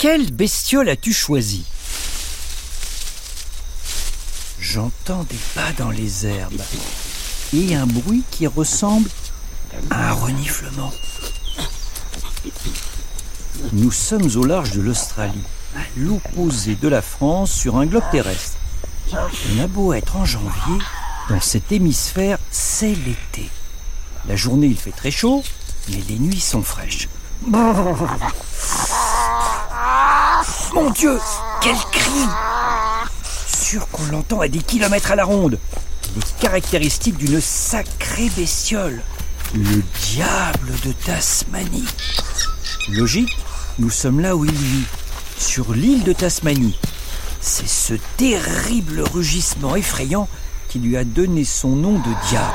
Quelle bestiole as-tu choisi ? J'entends des pas dans les herbes et un bruit qui ressemble à un reniflement. Nous sommes au large de l'Australie, à l'opposé de la France sur un globe terrestre. On a beau être en janvier, dans cet hémisphère, c'est l'été. La journée, il fait très chaud, mais les nuits sont fraîches. Mon Dieu, quel cri! Sûr qu'on l'entend à des kilomètres à la ronde. Les caractéristiques d'une sacrée bestiole. Le diable de Tasmanie. Logique, nous sommes là où il vit, sur l'île de Tasmanie. C'est ce terrible rugissement effrayant qui lui a donné son nom de diable.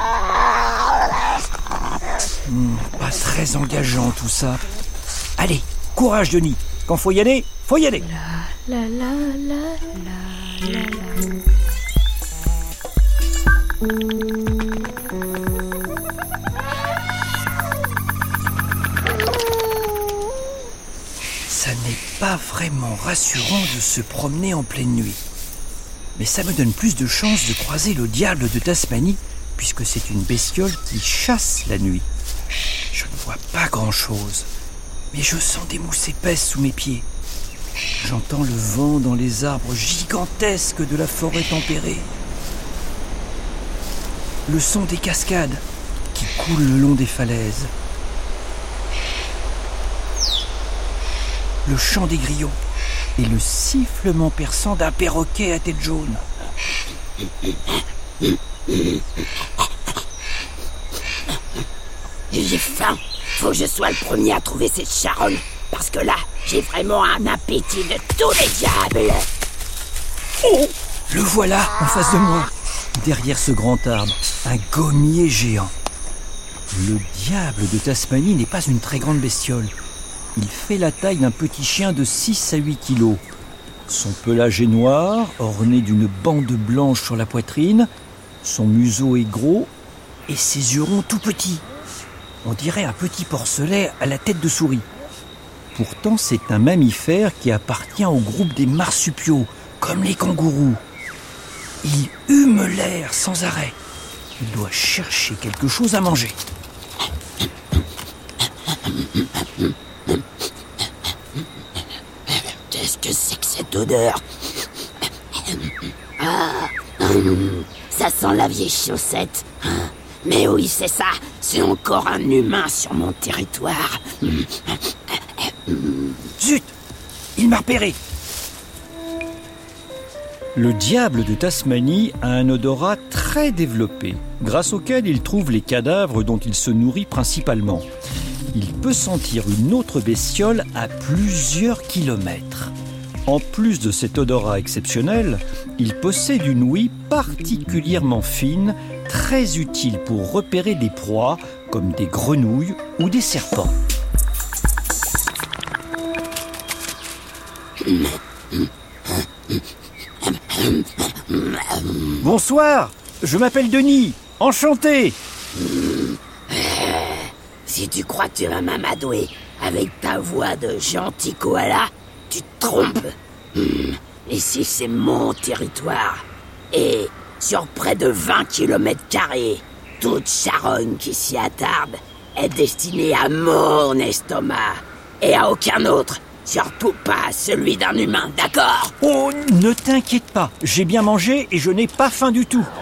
Pas très engageant tout ça. Allez, courage Denis, quand faut y aller, faut y aller. La la la la la la. Ça n'est pas vraiment rassurant de se promener en pleine nuit. Mais ça me donne plus de chances de croiser le diable de Tasmanie, puisque c'est une bestiole qui chasse la nuit. Je ne vois pas grand-chose, mais je sens des mousses épaisses sous mes pieds. J'entends le vent dans les arbres gigantesques de la forêt tempérée. Le son des cascades qui coulent le long des falaises. Le chant des grillons et le sifflement perçant d'un perroquet à tête jaune. J'ai faim. Faut que je sois le premier à trouver cette charogne. Parce que là, j'ai vraiment un appétit de tous les diables. Oh, le voilà en face de moi. Derrière ce grand arbre, un gommier géant. Le diable de Tasmanie n'est pas une très grande bestiole. Il fait la taille d'un petit chien de 6 à 8 kilos. Son pelage est noir, orné d'une bande blanche sur la poitrine. Son museau est gros et ses yeux ronds tout petits. On dirait un petit porcelet à la tête de souris. Pourtant, c'est un mammifère qui appartient au groupe des marsupiaux, comme les kangourous. Il hume l'air sans arrêt. Il doit chercher quelque chose à manger. Qu'est-ce que c'est que cette odeur? Ça sent la vieille chaussette. Mais oui, c'est ça. C'est encore un humain sur mon territoire. Zut! Il m'a repéré! Le diable de Tasmanie a un odorat très développé, grâce auquel il trouve les cadavres dont il se nourrit principalement. Il peut sentir une autre bestiole à plusieurs kilomètres. En plus de cet odorat exceptionnel, il possède une ouïe particulièrement fine, très utile pour repérer des proies comme des grenouilles ou des serpents. Bonsoir, je m'appelle Denis, enchanté. Si tu crois que tu vas m'amadouer avec ta voix de gentil koala, tu te trompes. Ici, c'est mon territoire. Et sur près de 20 km², toute charogne qui s'y attarde est destinée à mon estomac et à aucun autre. Surtout pas celui d'un humain, d'accord? Oh, ne t'inquiète pas, j'ai bien mangé et je n'ai pas faim du tout.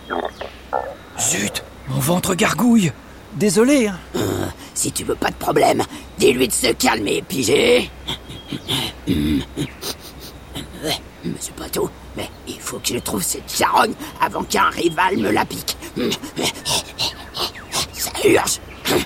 Zut, mon ventre gargouille. Désolé, hein. Si tu veux pas de problème, dis-lui de se calmer, pigé. Mais c'est pas tout, mais il faut que je trouve cette charogne avant qu'un rival me la pique. Ça urge.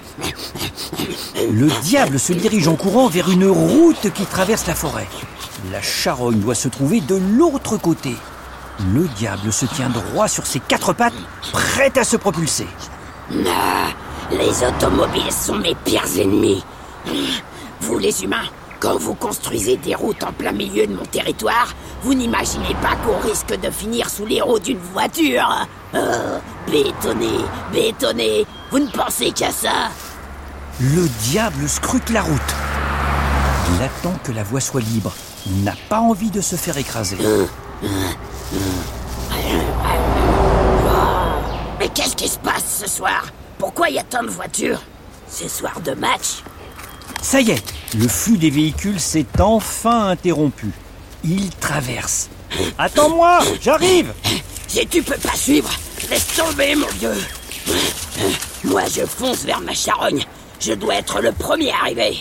Le diable se dirige en courant vers une route qui traverse la forêt. La charogne doit se trouver de l'autre côté. Le diable se tient droit sur ses 4 pattes, prêt à se propulser. Les automobiles sont mes pires ennemis. Vous les humains, quand vous construisez des routes en plein milieu de mon territoire, vous n'imaginez pas qu'on risque de finir sous les roues d'une voiture. Bétonné, vous ne pensez qu'à ça? Le diable scrute la route. Il attend que la voie soit libre. Il n'a pas envie de se faire écraser. Mais qu'est-ce qui se passe ce soir? Pourquoi il y a tant de voitures? C'est soir de match? Ça y est, le flux des véhicules s'est enfin interrompu. Il traverse. Attends-moi, j'arrive! Si tu peux pas suivre, laisse tomber, mon vieux. Moi, je fonce vers ma charogne. Je dois être le premier arrivé.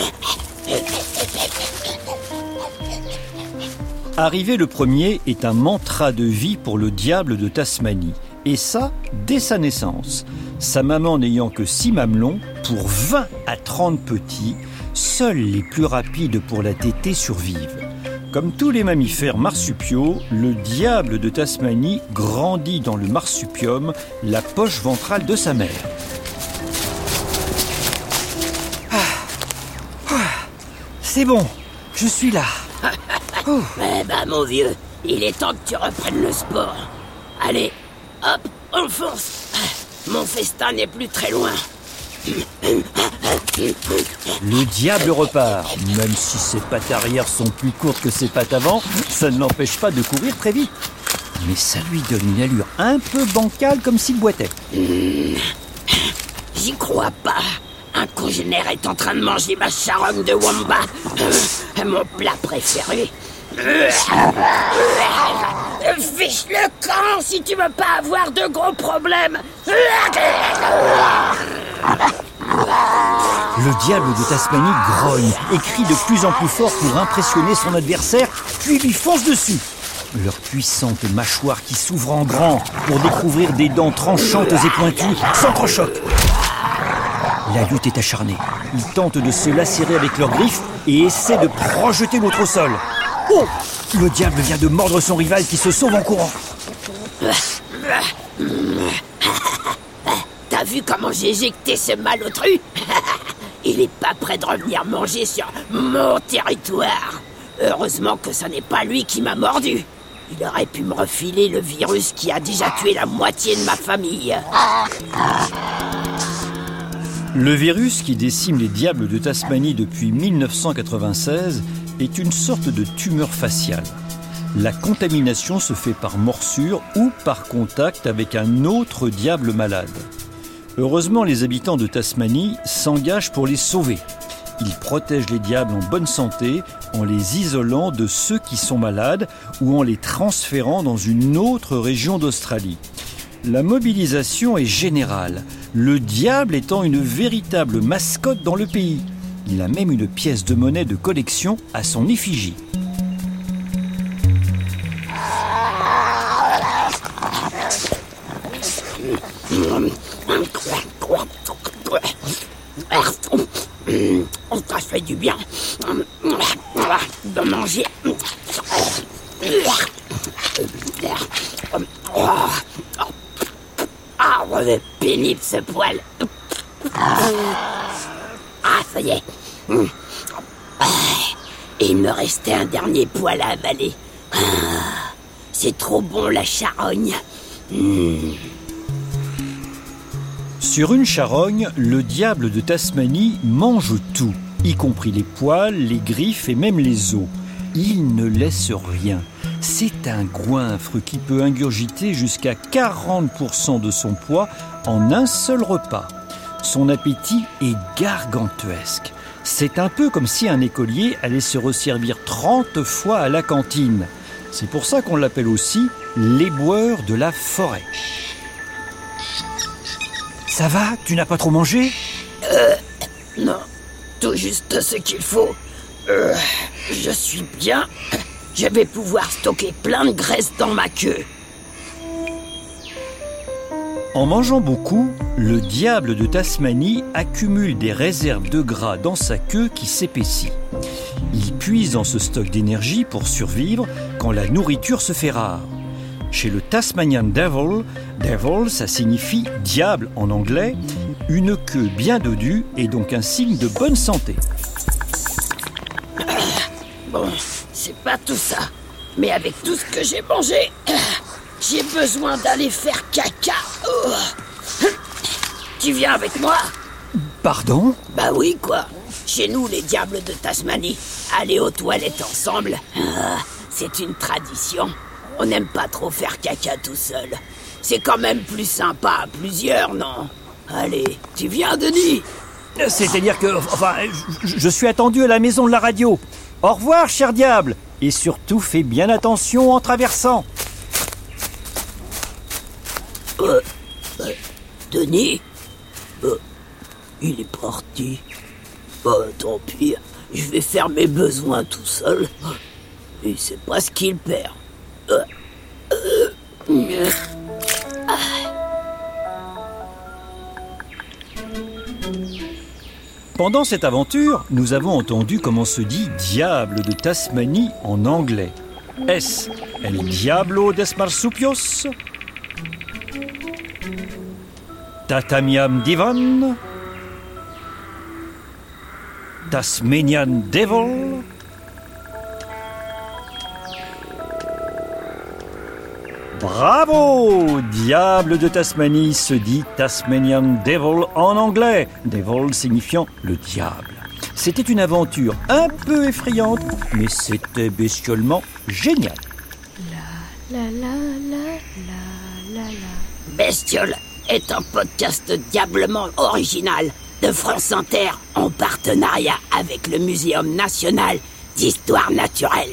Arriver le premier est un mantra de vie pour le diable de Tasmanie. Et ça, dès sa naissance. Sa maman n'ayant que 6 mamelons, pour 20 à 30 petits, seuls les plus rapides pour la tétée survivent. Comme tous les mammifères marsupiaux, le diable de Tasmanie grandit dans le marsupium, la poche ventrale de sa mère. C'est bon, je suis là. Eh ben, mon vieux, il est temps que tu reprennes le sport. Allez, hop, on fonce. Mon festin n'est plus très loin. Le diable repart. Même si ses pattes arrière sont plus courtes que ses pattes avant, ça ne l'empêche pas de courir très vite. Mais ça lui donne une allure un peu bancale, comme s'il boitait. J'y crois pas. Un congénère est en train de manger ma charogne de wamba. Mon plat préféré. Fiche le camp si tu veux pas avoir de gros problèmes. Le diable de Tasmanie grogne et crie de plus en plus fort pour impressionner son adversaire, puis lui fonce dessus. Leur puissante mâchoire qui s'ouvre en grand pour découvrir des dents tranchantes et pointues s'entrechoquent. La lutte est acharnée. Ils tentent de se lacérer avec leurs griffes et essaient de projeter l'autre au sol. Oh! Le diable vient de mordre son rival qui se sauve en courant. T'as vu comment j'ai éjecté ce malotru? Il est pas prêt de revenir manger sur mon territoire. Heureusement que ce n'est pas lui qui m'a mordu. Il aurait pu me refiler le virus qui a déjà tué la moitié de ma famille. Le virus qui décime les diables de Tasmanie depuis 1996 est une sorte de tumeur faciale. La contamination se fait par morsure ou par contact avec un autre diable malade. Heureusement, les habitants de Tasmanie s'engagent pour les sauver. Ils protègent les diables en bonne santé en les isolant de ceux qui sont malades ou en les transférant dans une autre région d'Australie. La mobilisation est générale, le diable étant une véritable mascotte dans le pays. Il a même une pièce de monnaie de collection à son effigie. Ça fait du bien de manger. Ah, c'est pénible ce poil. Ah, ça y est. Il me restait un dernier poil à avaler. C'est trop bon la charogne. Sur une charogne, le diable de Tasmanie mange tout, y compris les poils, les griffes et même les os. Il ne laisse rien. C'est un goinfre qui peut ingurgiter jusqu'à 40% de son poids en un seul repas. Son appétit est gargantuesque. C'est un peu comme si un écolier allait se resservir 30 fois à la cantine. C'est pour ça qu'on l'appelle aussi l'éboueur de la forêt. Ça va? Tu n'as pas trop mangé? Non, tout juste ce qu'il faut. Je suis bien. Je vais pouvoir stocker plein de graisse dans ma queue. En mangeant beaucoup, le diable de Tasmanie accumule des réserves de gras dans sa queue qui s'épaissit. Il puise dans ce stock d'énergie pour survivre quand la nourriture se fait rare. Chez le Tasmanian Devil, devil ça signifie diable en anglais, une queue bien dodue est donc un signe de bonne santé. Bon, c'est pas tout ça, mais avec tout ce que j'ai mangé, j'ai besoin d'aller faire caca. Tu viens avec moi? Pardon? Bah oui, quoi. Chez nous, les diables de Tasmanie, aller aux toilettes ensemble, c'est une tradition. On n'aime pas trop faire caca tout seul. C'est quand même plus sympa à plusieurs, non? Allez, tu viens, Denis? C'est-à-dire que... Enfin, je suis attendu à la maison de la radio. Au revoir, cher diable. Et surtout, fais bien attention en traversant. Denis? Il est parti. Tant pis, je vais faire mes besoins tout seul. Et c'est pas ce qu'il perd. Pendant cette aventure, nous avons entendu comment se dit diable de Tasmanie en anglais. Est-ce el diablo des marsupios? Tatamiam divan? Tasmanian devil? Bravo! Diable de Tasmanie se dit Tasmanian Devil en anglais. Devil signifiant le diable. C'était une aventure un peu effrayante, mais c'était bestiolement génial. La la la la la la. Bestiole est un podcast diablement original de France Inter en partenariat avec le Muséum national d'histoire naturelle.